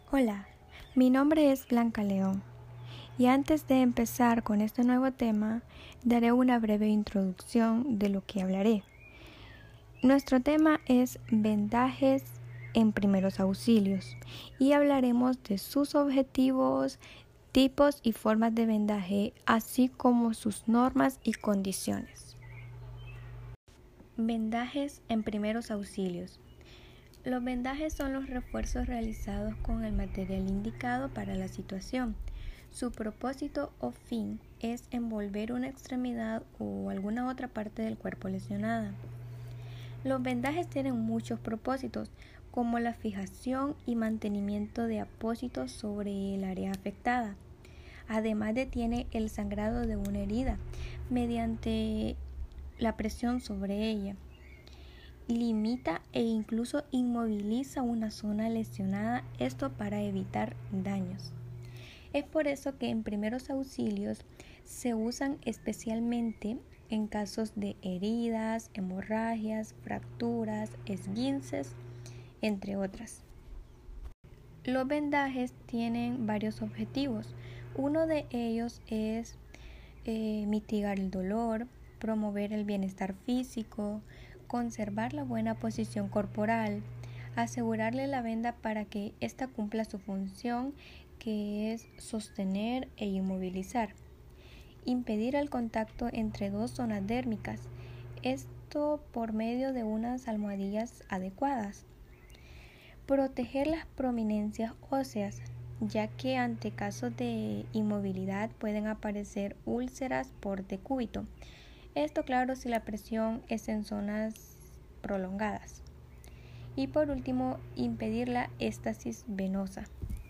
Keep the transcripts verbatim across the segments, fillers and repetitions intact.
Hola, mi nombre es Blanca León y antes de empezar con este nuevo tema, daré una breve introducción de lo que hablaré. Nuestro tema es vendajes en primeros auxilios y hablaremos de sus objetivos, tipos y formas de vendaje, así como sus normas y condiciones. Vendajes en primeros auxilios. Los vendajes son los refuerzos realizados con el material indicado para la situación. Su propósito o fin es envolver una extremidad o alguna otra parte del cuerpo lesionada. Los vendajes tienen muchos propósitos, como la fijación y mantenimiento de apósitos sobre el área afectada. Además detiene el sangrado de una herida mediante la presión sobre ella. Limita e incluso inmoviliza una zona lesionada, esto para evitar daños. Es por eso que en primeros auxilios se usan especialmente en casos de heridas, hemorragias, fracturas, esguinces, entre otras. Los vendajes tienen varios objetivos. Uno de ellos es eh, mitigar el dolor, promover el bienestar físico, conservar la buena posición corporal, asegurarle la venda para que ésta cumpla su función, que es sostener e inmovilizar, impedir el contacto entre dos zonas dérmicas, esto por medio de unas almohadillas adecuadas, proteger las prominencias óseas, ya que ante casos de inmovilidad pueden aparecer úlceras por decúbito. Esto claro si la presión es en zonas prolongadas. Y por último, impedir la éstasis venosa.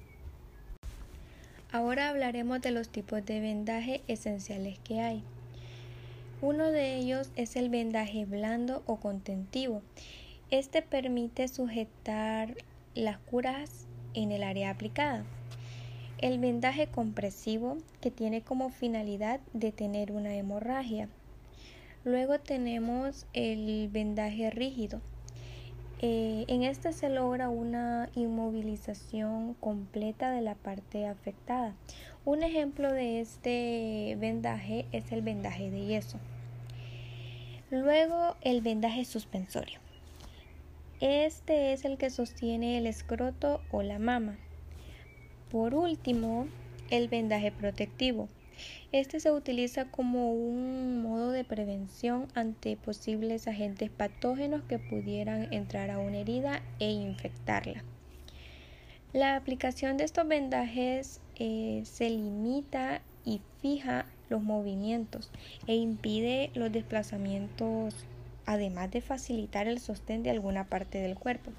Ahora hablaremos de los tipos de vendaje esenciales que hay. Uno de ellos es el vendaje blando o contentivo. Este permite sujetar las curas en el área aplicada. El vendaje compresivo, que tiene como finalidad detener una hemorragia. Luego tenemos el vendaje rígido. Eh, en este se logra una inmovilización completa de la parte afectada. Un ejemplo de este vendaje es el vendaje de yeso. Luego el vendaje suspensorio. Este es el que sostiene el escroto o la mama. Por último, el vendaje protectivo. Este se utiliza como un modo de prevención ante posibles agentes patógenos que pudieran entrar a una herida e infectarla. La aplicación de estos vendajes eh, se limita y fija los movimientos e impide los desplazamientos, además de facilitar el sostén de alguna parte del cuerpo.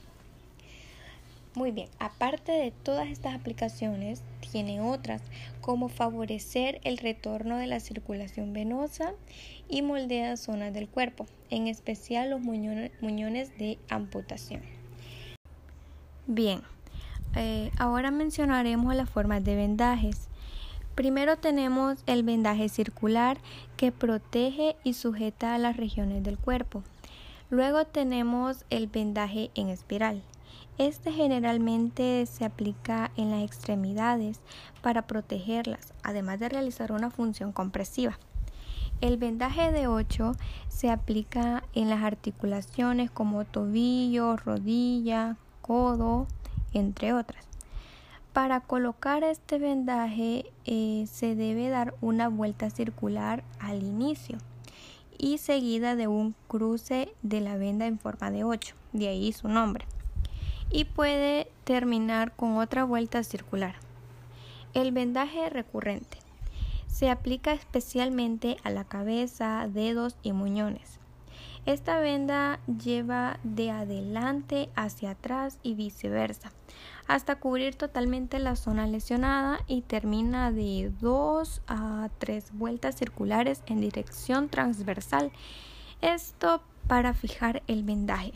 Muy bien, aparte de todas estas aplicaciones, tiene otras como favorecer el retorno de la circulación venosa y moldea zonas del cuerpo, en especial los muñones, muñones de amputación. Bien, eh, ahora mencionaremos las formas de vendajes. Primero tenemos el vendaje circular, que protege y sujeta a las regiones del cuerpo. Luego tenemos el vendaje en espiral. Este generalmente se aplica en las extremidades para protegerlas, además de realizar una función compresiva. El vendaje de ocho se aplica en las articulaciones como tobillo, rodilla, codo, entre otras. Para colocar este vendaje eh, se debe dar una vuelta circular al inicio y seguida de un cruce de la venda en forma de ocho, de ahí su nombre. Y puede terminar con otra vuelta circular. El vendaje recurrente se aplica especialmente a la cabeza, dedos y muñones. Esta venda lleva de adelante hacia atrás y viceversa, hasta cubrir totalmente la zona lesionada y termina de dos a tres vueltas circulares en dirección transversal. Esto para fijar el vendaje.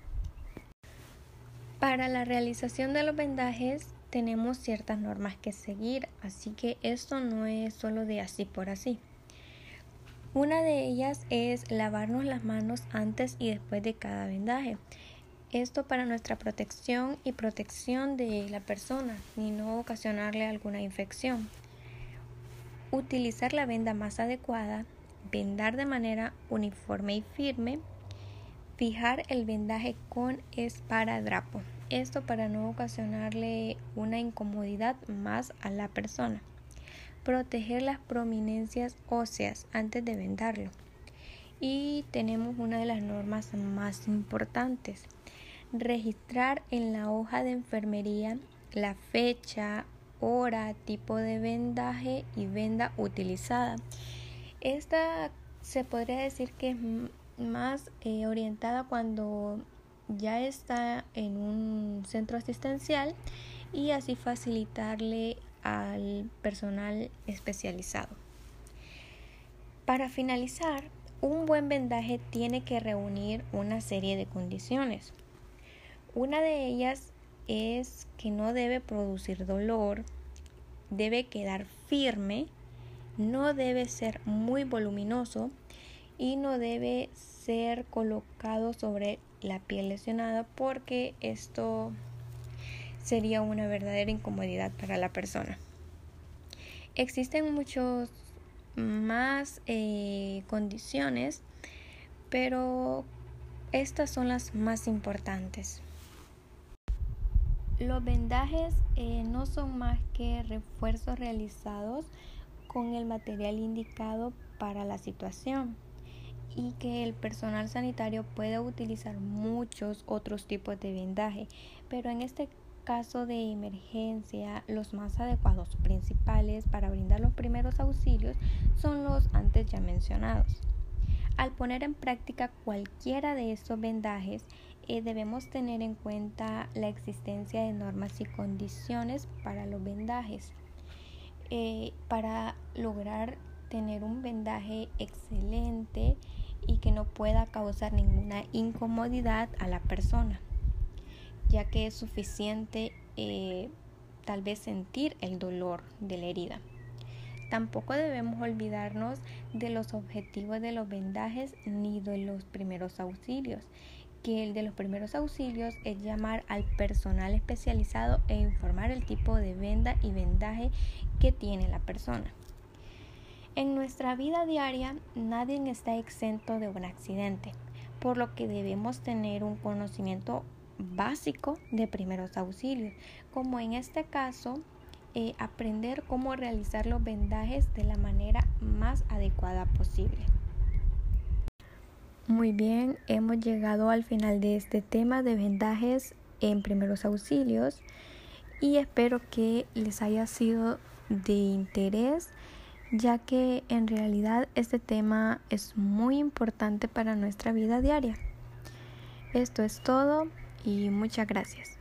Para la realización de los vendajes tenemos ciertas normas que seguir, así que esto no es solo de así por así. Una de ellas es lavarnos las manos antes y después de cada vendaje. Esto para nuestra protección y protección de la persona y no ocasionarle alguna infección. Utilizar la venda más adecuada, vendar de manera uniforme y firme, fijar el vendaje con esparadrapo. Esto para no ocasionarle una incomodidad más a la persona. Proteger las prominencias óseas antes de vendarlo. Y tenemos una de las normas más importantes. Registrar en la hoja de enfermería la fecha, hora, tipo de vendaje y venda utilizada. Esta se podría decir que es más eh, orientada cuando ya está en un centro asistencial y así facilitarle al personal especializado. Para finalizar, un buen vendaje tiene que reunir una serie de condiciones. Una de ellas es que no debe producir dolor, debe quedar firme, no debe ser muy voluminoso y no debe ser colocado sobre la piel lesionada porque esto sería una verdadera incomodidad para la persona. Existen muchos más eh, condiciones, pero estas son las más importantes. Los vendajes eh, no son más que refuerzos realizados con el material indicado para la situación y que el personal sanitario puede utilizar muchos otros tipos de vendaje, pero en este caso de emergencia los más adecuados principales para brindar los primeros auxilios son los antes ya mencionados. Al poner en práctica cualquiera de estos vendajes, eh, debemos tener en cuenta la existencia de normas y condiciones para los vendajes, eh, para lograr tener un vendaje excelente y que no pueda causar ninguna incomodidad a la persona, ya que es suficiente eh, tal vez sentir el dolor de la herida. Tampoco debemos olvidarnos de los objetivos de los vendajes ni de los primeros auxilios, que el de los primeros auxilios es llamar al personal especializado e informar el tipo de venda y vendaje que tiene la persona. En nuestra vida diaria nadie está exento de un accidente, por lo que debemos tener un conocimiento básico de primeros auxilios, como en este caso eh, aprender cómo realizar los vendajes de la manera más adecuada posible. Muy bien, hemos llegado al final de este tema de vendajes en primeros auxilios y espero que les haya sido de interés, ya que en realidad este tema es muy importante para nuestra vida diaria. Esto es todo y muchas gracias.